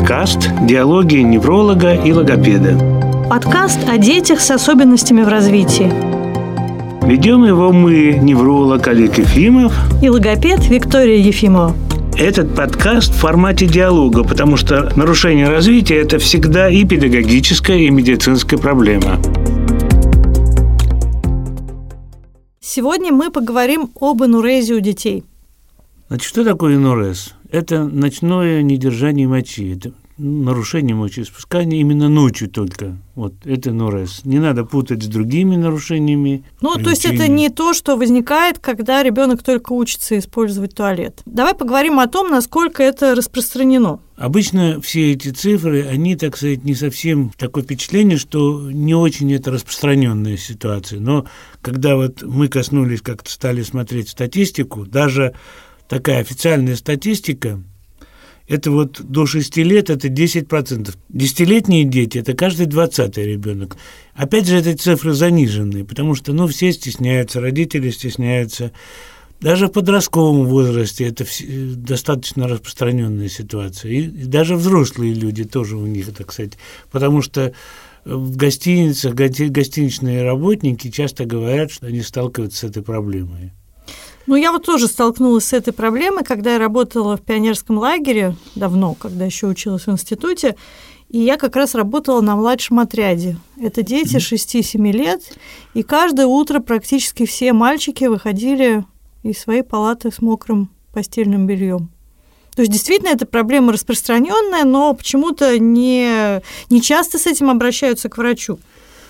подкаст «Диалоги невролога и логопеда». Подкаст о детях с особенностями в развитии. Ведем его мы, невролог Олег Ефимов и логопед Виктория Ефимова. Этот подкаст в формате диалога, потому что нарушение развития – это всегда и педагогическая, и медицинская проблема. Сегодня мы поговорим об энурезе у детей. Значит, что такое энурез? Это ночное недержание мочи. Это нарушение мочеиспускания именно ночью только. Вот это энурез. Не надо путать с другими нарушениями. То есть это не то, что возникает, когда ребенок только учится использовать туалет. Давай поговорим о том, насколько это распространено. Обычно все эти цифры, они, так сказать, не совсем такое впечатление, что не очень это распространенная ситуация. Но когда вот мы коснулись, как-то стали смотреть статистику, даже такая официальная статистика, это вот до 6 лет это 10%. Десятилетние дети – это каждый 20-й ребенок. Опять же, эти цифры заниженные, потому что все стесняются, родители стесняются. Даже в подростковом возрасте это достаточно распространенная ситуация. И даже взрослые люди тоже у них, так сказать. Потому что в гостиницах гостиничные работники часто говорят, что они сталкиваются с этой проблемой. Я вот тоже столкнулась с этой проблемой, когда я работала в пионерском лагере давно, когда еще училась в институте, и я как раз работала на младшем отряде. Это дети 6-7 лет, и каждое утро практически все мальчики выходили из своей палаты с мокрым постельным бельем. То есть действительно эта проблема распространенная, но почему-то не часто с этим обращаются к врачу.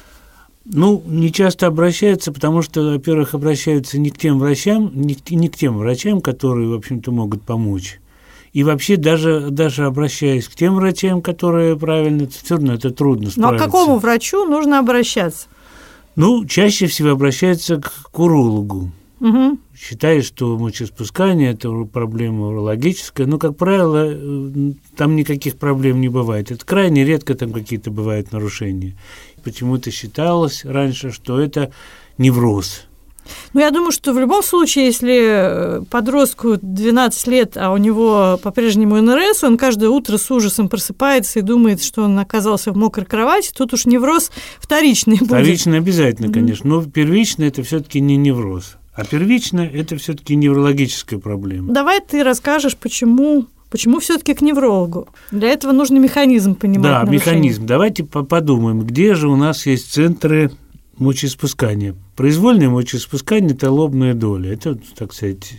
Не часто обращаются, потому что, во-первых, обращаются не к тем врачам, которые, в общем-то, могут помочь. И вообще, даже обращаясь к тем врачам, которые правильно, все равно это трудно справиться. Но к какому врачу нужно обращаться? Чаще всего обращаются к урологу. Угу. Считая, что мочеиспускание – это проблема урологическая, но, как правило, там никаких проблем не бывает. Это крайне редко там какие-то бывают нарушения. Почему-то считалось раньше, что это невроз. Я думаю, что в любом случае, если подростку 12 лет, а у него по-прежнему НРС, он каждое утро с ужасом просыпается и думает, что он оказался в мокрой кровати, тут уж невроз вторичный будет. Вторичный обязательно, конечно, но первично это все-таки не невроз. А первично – это все-таки неврологическая проблема. Давай ты расскажешь, почему все-таки к неврологу? Для этого нужно механизм понимать. Да, нарушение. Механизм. Давайте подумаем, где же у нас есть центры мочеиспускания. Произвольное мочеиспускание – это лобная доля. Это, так сказать…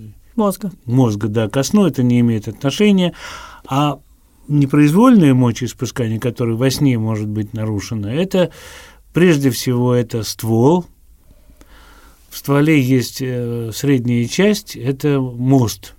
Мозга, да. Ко сну это не имеет отношения. А непроизвольное мочеиспускание, которое во сне может быть нарушено, это прежде всего это ствол. В стволе есть средняя часть, это мост,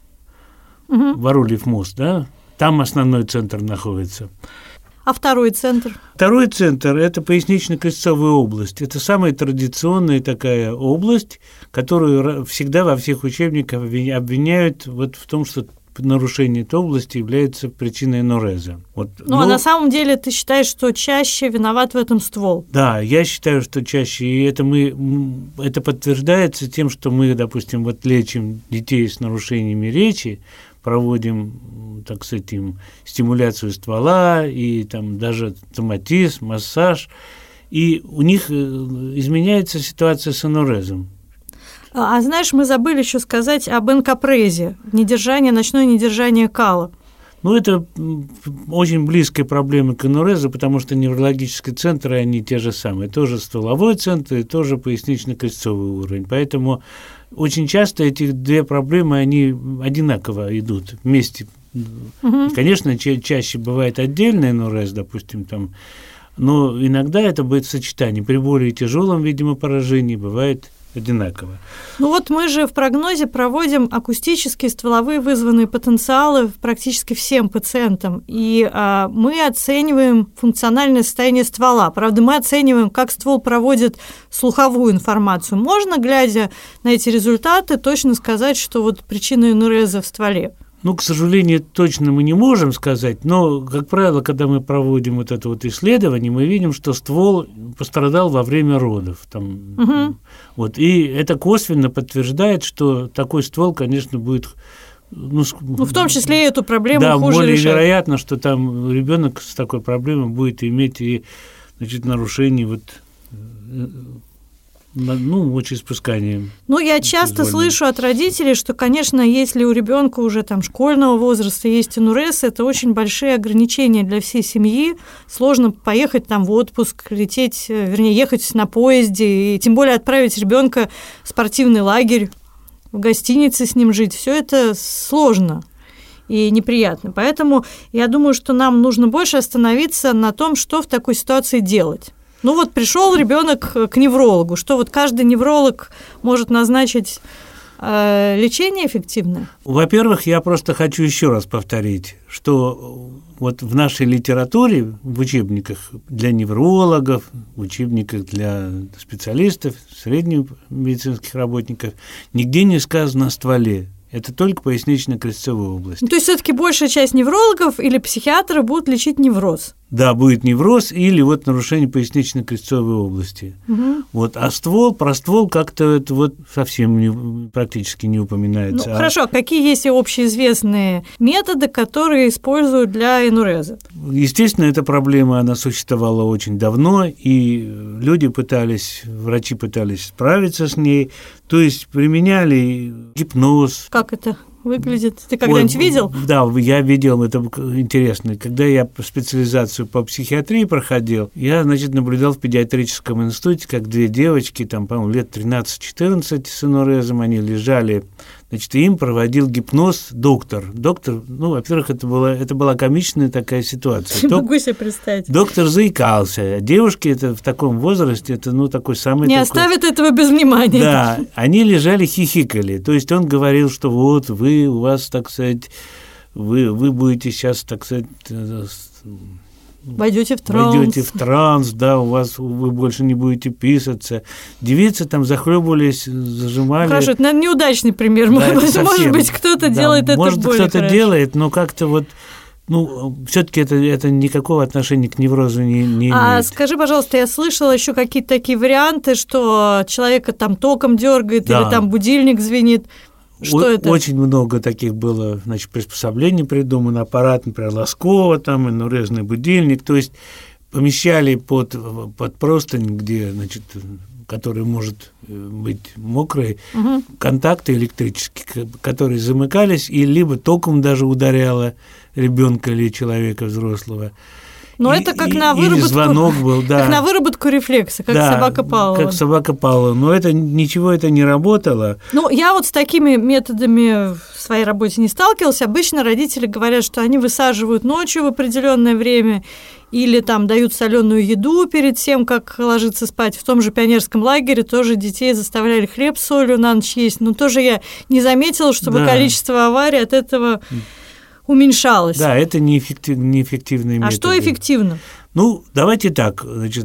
Варульев мост, да? Там основной центр находится. А второй центр? Второй центр – это пояснично-крестцовая область. Это самая традиционная такая область, которую всегда во всех учебниках обвиняют вот в том, что нарушение этой области является причиной энуреза. А на самом деле ты считаешь, что чаще виноват в этом ствол? Да, я считаю, что чаще. И это подтверждается тем, что мы, допустим, лечим детей с нарушениями речи, проводим, так сказать, им стимуляцию ствола и даже томатизм, массаж, и у них изменяется ситуация с энурезом. А знаешь, мы забыли еще сказать об энкапрезе, ночное недержание кала. Это очень близкая проблема к энурезу, потому что неврологические центры, они те же самые. Тоже стволовой центр и тоже пояснично-крестцовый уровень. Поэтому очень часто эти две проблемы, они одинаково идут вместе. И, конечно, чаще бывает отдельный энурез, допустим, но иногда это будет сочетание. При более тяжелом, видимо, поражении бывает одинаково. Мы же в прогнозе проводим акустические стволовые вызванные потенциалы практически всем пациентам, и мы оцениваем функциональное состояние ствола. Правда, мы оцениваем, как ствол проводит слуховую информацию. Можно, глядя на эти результаты, точно сказать, что причина энуреза в стволе? К сожалению, точно мы не можем сказать, но, как правило, когда мы проводим это исследование, мы видим, что ствол пострадал во время родов. И это косвенно подтверждает, что такой ствол, конечно, будет в том числе и эту проблему да, хуже более решать. вероятно, что там ребенок с такой проблемой будет иметь и, значит, нарушение мочеиспускания. Я часто слышу от родителей, что, конечно, если у ребенка уже там школьного возраста есть энурез, это очень большие ограничения для всей семьи. Сложно поехать там в отпуск, ехать на поезде, и тем более отправить ребенка в спортивный лагерь, в гостинице с ним жить. Все это сложно и неприятно. Поэтому я думаю, что нам нужно больше остановиться на том, что в такой ситуации делать. Пришел ребенок к неврологу. Что каждый невролог может назначить лечение эффективное? Во-первых, я просто хочу еще раз повторить, что в нашей литературе, в учебниках для неврологов, в учебниках для специалистов, средних медицинских работников, нигде не сказано о стволе. Это только пояснично-крестцевой области. То есть все-таки большая часть неврологов или психиатров будут лечить невроз? Да, будет невроз или нарушение пояснично-крестцевой области. Угу. А про ствол как-то это совсем практически не упоминается. Хорошо, какие есть общеизвестные методы, которые используют для энуреза? Естественно, эта проблема, она существовала очень давно, и врачи пытались справиться с ней, то есть применяли гипноз. Как это выглядит? Ты когда-нибудь видел? Да, я видел, это интересно. Когда я специализацию по психиатрии проходил, я, наблюдал в педиатрическом институте, как две девочки, по-моему, лет 13-14 с энурезом, они лежали, и им проводил гипноз доктор. Доктор, во-первых, это была комичная такая ситуация. Не могу себе представить. Доктор заикался, а девушки в таком возрасте, такой самый... Не оставят этого без внимания. Да, они лежали, хихикали. То есть он говорил, что у вас, так сказать, вы будете сейчас, так сказать... Войдете в транс, да, вы больше не будете писаться. Девицы там захлебывались, зажимали. Хорошо, это, наверное, неудачный пример. Да, может быть, кто-то делает это более хорошо. Может, кто-то делает, но как-то все-таки это никакого отношения к неврозу не имеет. А скажи, пожалуйста, я слышала еще какие-то такие варианты, что человека там током дергает, да, или там будильник звенит. Что это? Очень много таких было, приспособлений придумано, аппарат, например, Лоскова, энурезный будильник, то есть помещали под простынь, где, который может быть мокрый, угу, контакты электрические, которые замыкались, и либо током даже ударяло ребенка или человека взрослого. Но это как на выработку, звонок был, да. Как на выработку рефлекса, как собака Павлова. Как собака Павлова. Но ничего не работало. Я с такими методами в своей работе не сталкивалась. Обычно родители говорят, что они высаживают ночью в определенное время или дают соленую еду перед тем, как ложиться спать. В том же пионерском лагере тоже детей заставляли хлеб с солью на ночь есть. Но тоже я не заметила, чтобы количество аварий от этого уменьшалось. Да, это неэффективные методы. А что эффективно? Давайте так,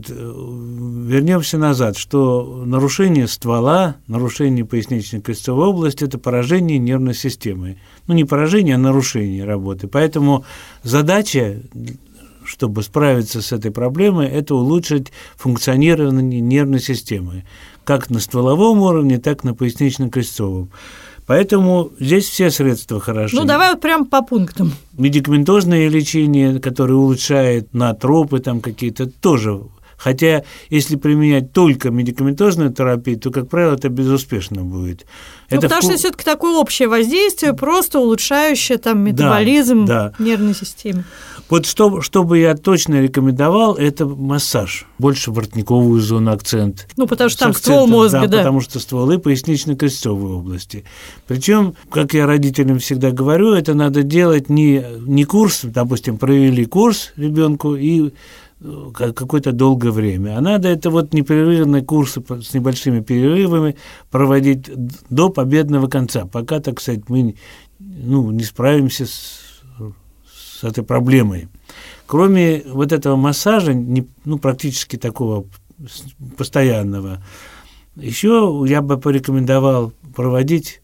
вернемся назад, что нарушение ствола, нарушение пояснично-крестцевой области – это поражение нервной системы. Не поражение, а нарушение работы. Поэтому задача, чтобы справиться с этой проблемой, это улучшить функционирование нервной системы, как на стволовом уровне, так и на пояснично-крестцовом. Поэтому здесь все средства хороши. Давай прям по пунктам. Медикаментозное лечение, которое улучшает натропы какие-то, тоже. Хотя, если применять только медикаментозную терапию, то, как правило, это безуспешно будет. Потому что все-таки такое общее воздействие, просто улучшающее метаболизм нервной системы. Что бы я точно рекомендовал, это массаж. Больше воротниковую зону акцент. Потому что там ствол мозга, да. Потому что стволы пояснично-крестцовой области. Причем, как я родителям всегда говорю, это надо делать не курс, допустим, провели курс ребенку и какое-то долгое время. А надо это непрерывные курсы с небольшими перерывами проводить до победного конца, пока, так сказать, мы не справимся с этой проблемой. Кроме этого массажа, практически такого постоянного, еще я бы порекомендовал проводить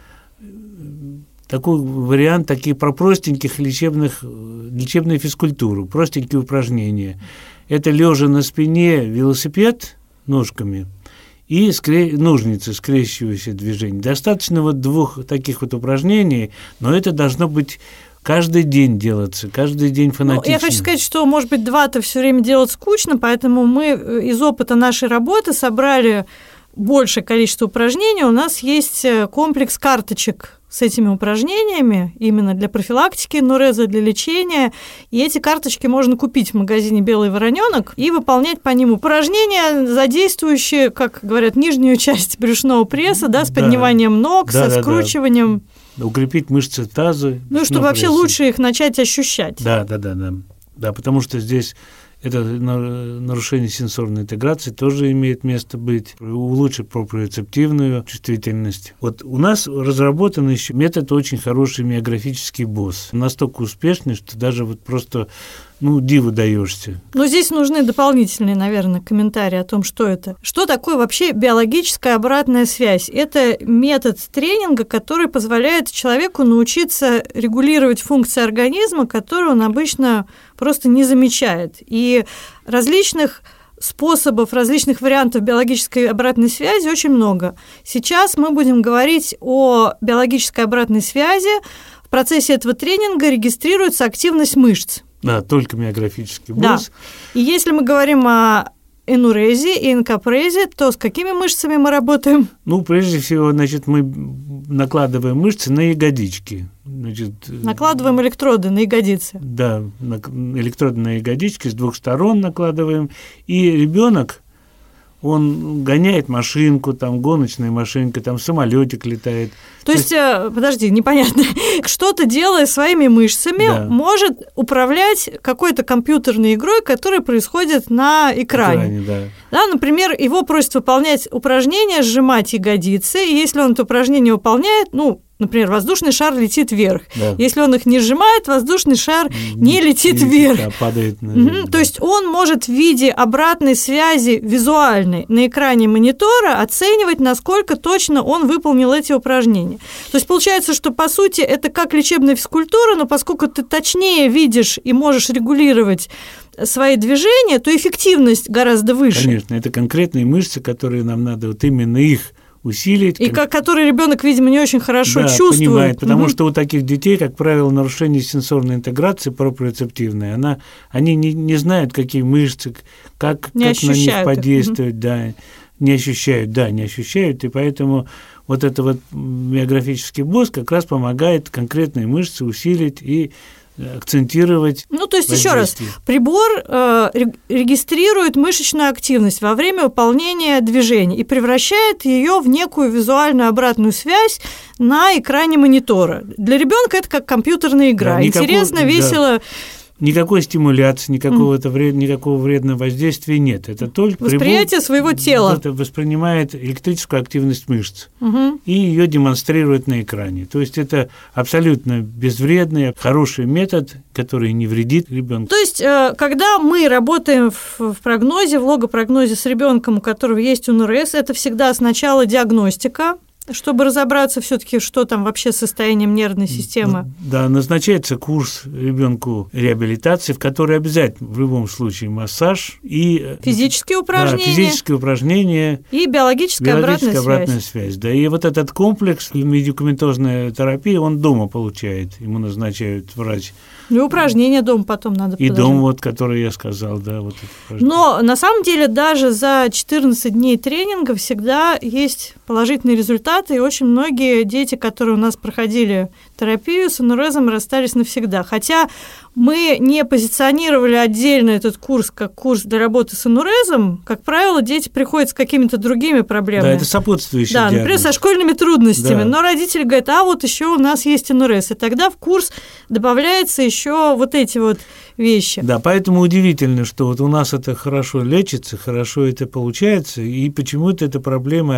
такой вариант, такие простеньких лечебной физкультуры, простенькие упражнения. Это лежа на спине велосипед ножками и ножницы, скрещивающие движения. Достаточно вот 2 таких вот упражнений, но это должно быть каждый день делаться, каждый день фанатично. Я хочу сказать, что, может быть, 2-то все время делать скучно, поэтому мы из опыта нашей работы собрали большее количество упражнений. У нас есть комплекс карточек с этими упражнениями именно для профилактики энуреза, для лечения. И эти карточки можно купить в магазине «Белый вороненок» и выполнять по ним упражнения, задействующие, как говорят, нижнюю часть брюшного пресса, с подниманием ног, со скручиванием. Укрепить мышцы таза. Чтобы вообще лучше их начать ощущать. Да, потому что здесь это нарушение сенсорной интеграции тоже имеет место быть, улучшит проприоцептивную чувствительность. Вот у нас разработан еще метод очень хороший миографический БОС. Настолько успешный, что даже вот просто диву даешься. Но здесь нужны дополнительные, наверное, комментарии о том, что это. Что такое вообще биологическая обратная связь? Это метод тренинга, который позволяет человеку научиться регулировать функции организма, которые он обычно просто не замечает. И различных способов, различных вариантов биологической обратной связи очень много. Сейчас мы будем говорить о биологической обратной связи. В процессе этого тренинга регистрируется активность мышц. Да, только миографический БОС. Да. И если мы говорим о энурезе и энкапрезе, то с какими мышцами мы работаем? Прежде всего, мы накладываем мышцы на ягодички. Накладываем электроды на ягодицы. Да, электроды на ягодички с 2 сторон накладываем. И ребенок, он гоняет машинку, гоночная машинка, самолетик летает. То есть, подожди, непонятно. Что-то делая своими мышцами, может управлять какой-то компьютерной игрой, которая происходит на экране. Например, его просят выполнять упражнения, сжимать ягодицы, и если он это упражнение выполняет, например, воздушный шар летит вверх. Да. Если он их не сжимает, воздушный шар не летит вверх. Падает То есть он может в виде обратной связи визуальной на экране монитора оценивать, насколько точно он выполнил эти упражнения. То есть получается, что по сути это как лечебная физкультура, но поскольку ты точнее видишь и можешь регулировать свои движения, то эффективность гораздо выше. Конечно, это конкретные мышцы, которые нам надо именно их усилить. И который ребенок, видимо, не очень хорошо чувствует. Понимает, потому что у таких детей, как правило, нарушение сенсорной интеграции проприоцептивной, они не знают, какие мышцы, как на них подействовать, не ощущают, и поэтому вот это миографический БОС как раз помогает конкретные мышцы усилить и акцентировать. То есть, еще раз, прибор регистрирует мышечную активность во время выполнения движений и превращает ее в некую визуальную обратную связь на экране монитора. Для ребенка это как компьютерная игра. Интересно, весело. Никакой стимуляции, никакого вредного воздействия нет. Это только восприятие своего тела. Это воспринимает электрическую активность мышц и ее демонстрирует на экране. То есть это абсолютно безвредный, хороший метод, который не вредит ребенку. То есть, когда мы работаем в прогнозе, в логопрогнозе с ребенком, у которого есть энурез, это всегда сначала диагностика, чтобы разобраться все-таки, что там вообще с состоянием нервной системы. Да, назначается курс ребенку реабилитации, в который обязательно в любом случае массаж и физические упражнения, и биологическая обратная связь. Да, и вот этот комплекс медикаментозной терапии он дома получает, ему назначают врач. И упражнения дома потом надо продолжать. И дом, который я сказал, да. Но на самом деле даже за 14 дней тренинга всегда есть положительные результаты, и очень многие дети, которые у нас проходили терапию с энурезом, расстались навсегда. Хотя мы не позиционировали отдельно этот курс как курс для работы с энурезом, как правило, дети приходят с какими-то другими проблемами. Да, это сопутствующие диагноз. Например, со школьными трудностями. Да. Но родители говорят, вот еще у нас есть энурез. И тогда в курс добавляется еще вот эти вот вещи. Да, поэтому удивительно, что у нас это хорошо лечится, хорошо это получается, и почему-то эта проблема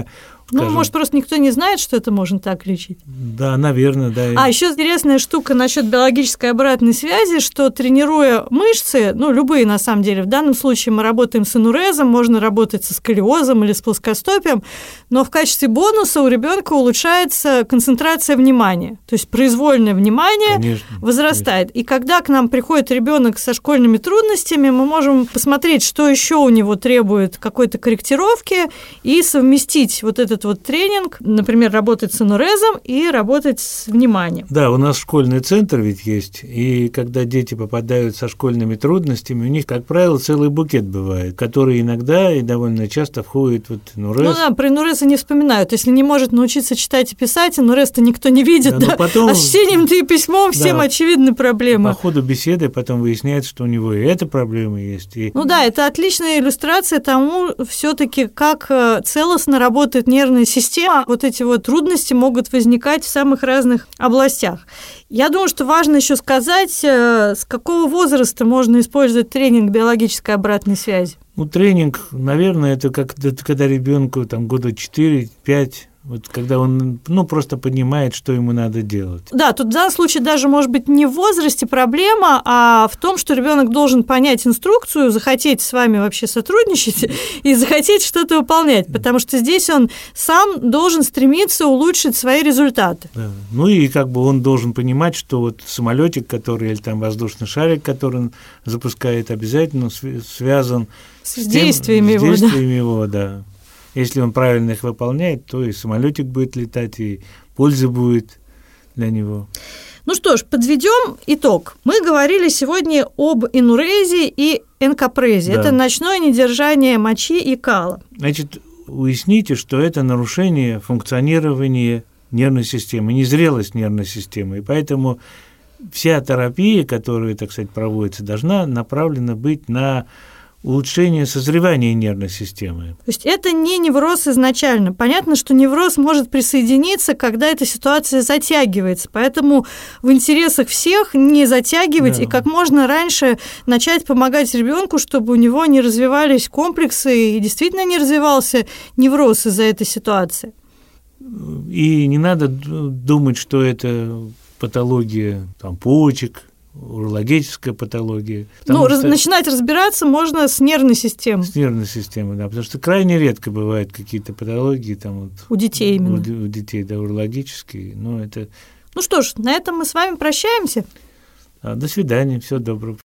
Ну, может, просто никто не знает, что это можно так лечить. Да, наверное, да. А еще интересная штука насчет биологической обратной связи, что тренируя мышцы, ну, любые на самом деле, в данном случае мы работаем с энурезом, можно работать со сколиозом или с плоскостопием, но в качестве бонуса у ребенка улучшается концентрация внимания, то есть произвольное внимание возрастает. Конечно. И когда к нам приходит ребенок со школьными трудностями, мы можем посмотреть, что еще у него требует какой-то корректировки и совместить вот этот вот тренинг, например, работать с энурезом и работать с вниманием. Да, у нас школьный центр ведь есть, и когда дети попадают со школьными трудностями, у них, как правило, целый букет бывает, который иногда и довольно часто входит в энурез. Ну да, про энурез не вспоминают. Если не может научиться читать и писать, энурез-то никто не видит, да? Потом, а с чтением-то и письмом всем очевидны проблемы. По ходу беседы потом выясняется, что у него и эта проблема есть. Ну да, это отличная иллюстрация тому, все-таки как целостно работает нервная система. Вот эти вот трудности могут возникать в самых разных областях. Я думаю, что важно еще сказать, с какого возраста можно использовать тренинг биологической обратной связи. Ну, тренинг, наверное, это когда ребенку там года 4-5, вот когда он, просто понимает, что ему надо делать. Да, тут в данном случае даже, может быть, не в возрасте проблема, а в том, что ребенок должен понять инструкцию, захотеть с вами вообще сотрудничать и захотеть что-то выполнять, потому что здесь он сам должен стремиться улучшить свои результаты. Да. Ну и как бы он должен понимать, что вот самолетик, который, или там воздушный шарик, который он запускает, обязательно связан с действиями его, да. Если он правильно их выполняет, то и самолетик будет летать, и польза будет для него. Ну что ж, подведем итог. Мы говорили сегодня об энурезе и энкапрезе. Да. Это ночное недержание мочи и кала. Значит, уясните, что это нарушение функционирования нервной системы, незрелость нервной системы. И поэтому вся терапия, которая, так сказать, проводится, должна направлена быть на улучшение созревания нервной системы. То есть это не невроз изначально. Понятно, что невроз может присоединиться, когда эта ситуация затягивается. Поэтому в интересах всех не затягивать и как можно раньше начать помогать ребенку, чтобы у него не развивались комплексы и действительно не развивался невроз из-за этой ситуации. И не надо думать, что это патология почек, урологическая патология. Начинать разбираться можно с нервной системой. С нервной системой, да, потому что крайне редко бывают какие-то патологии у детей именно. У детей, да, урологические. Ну что ж, на этом мы с вами прощаемся. До свидания, всего доброго.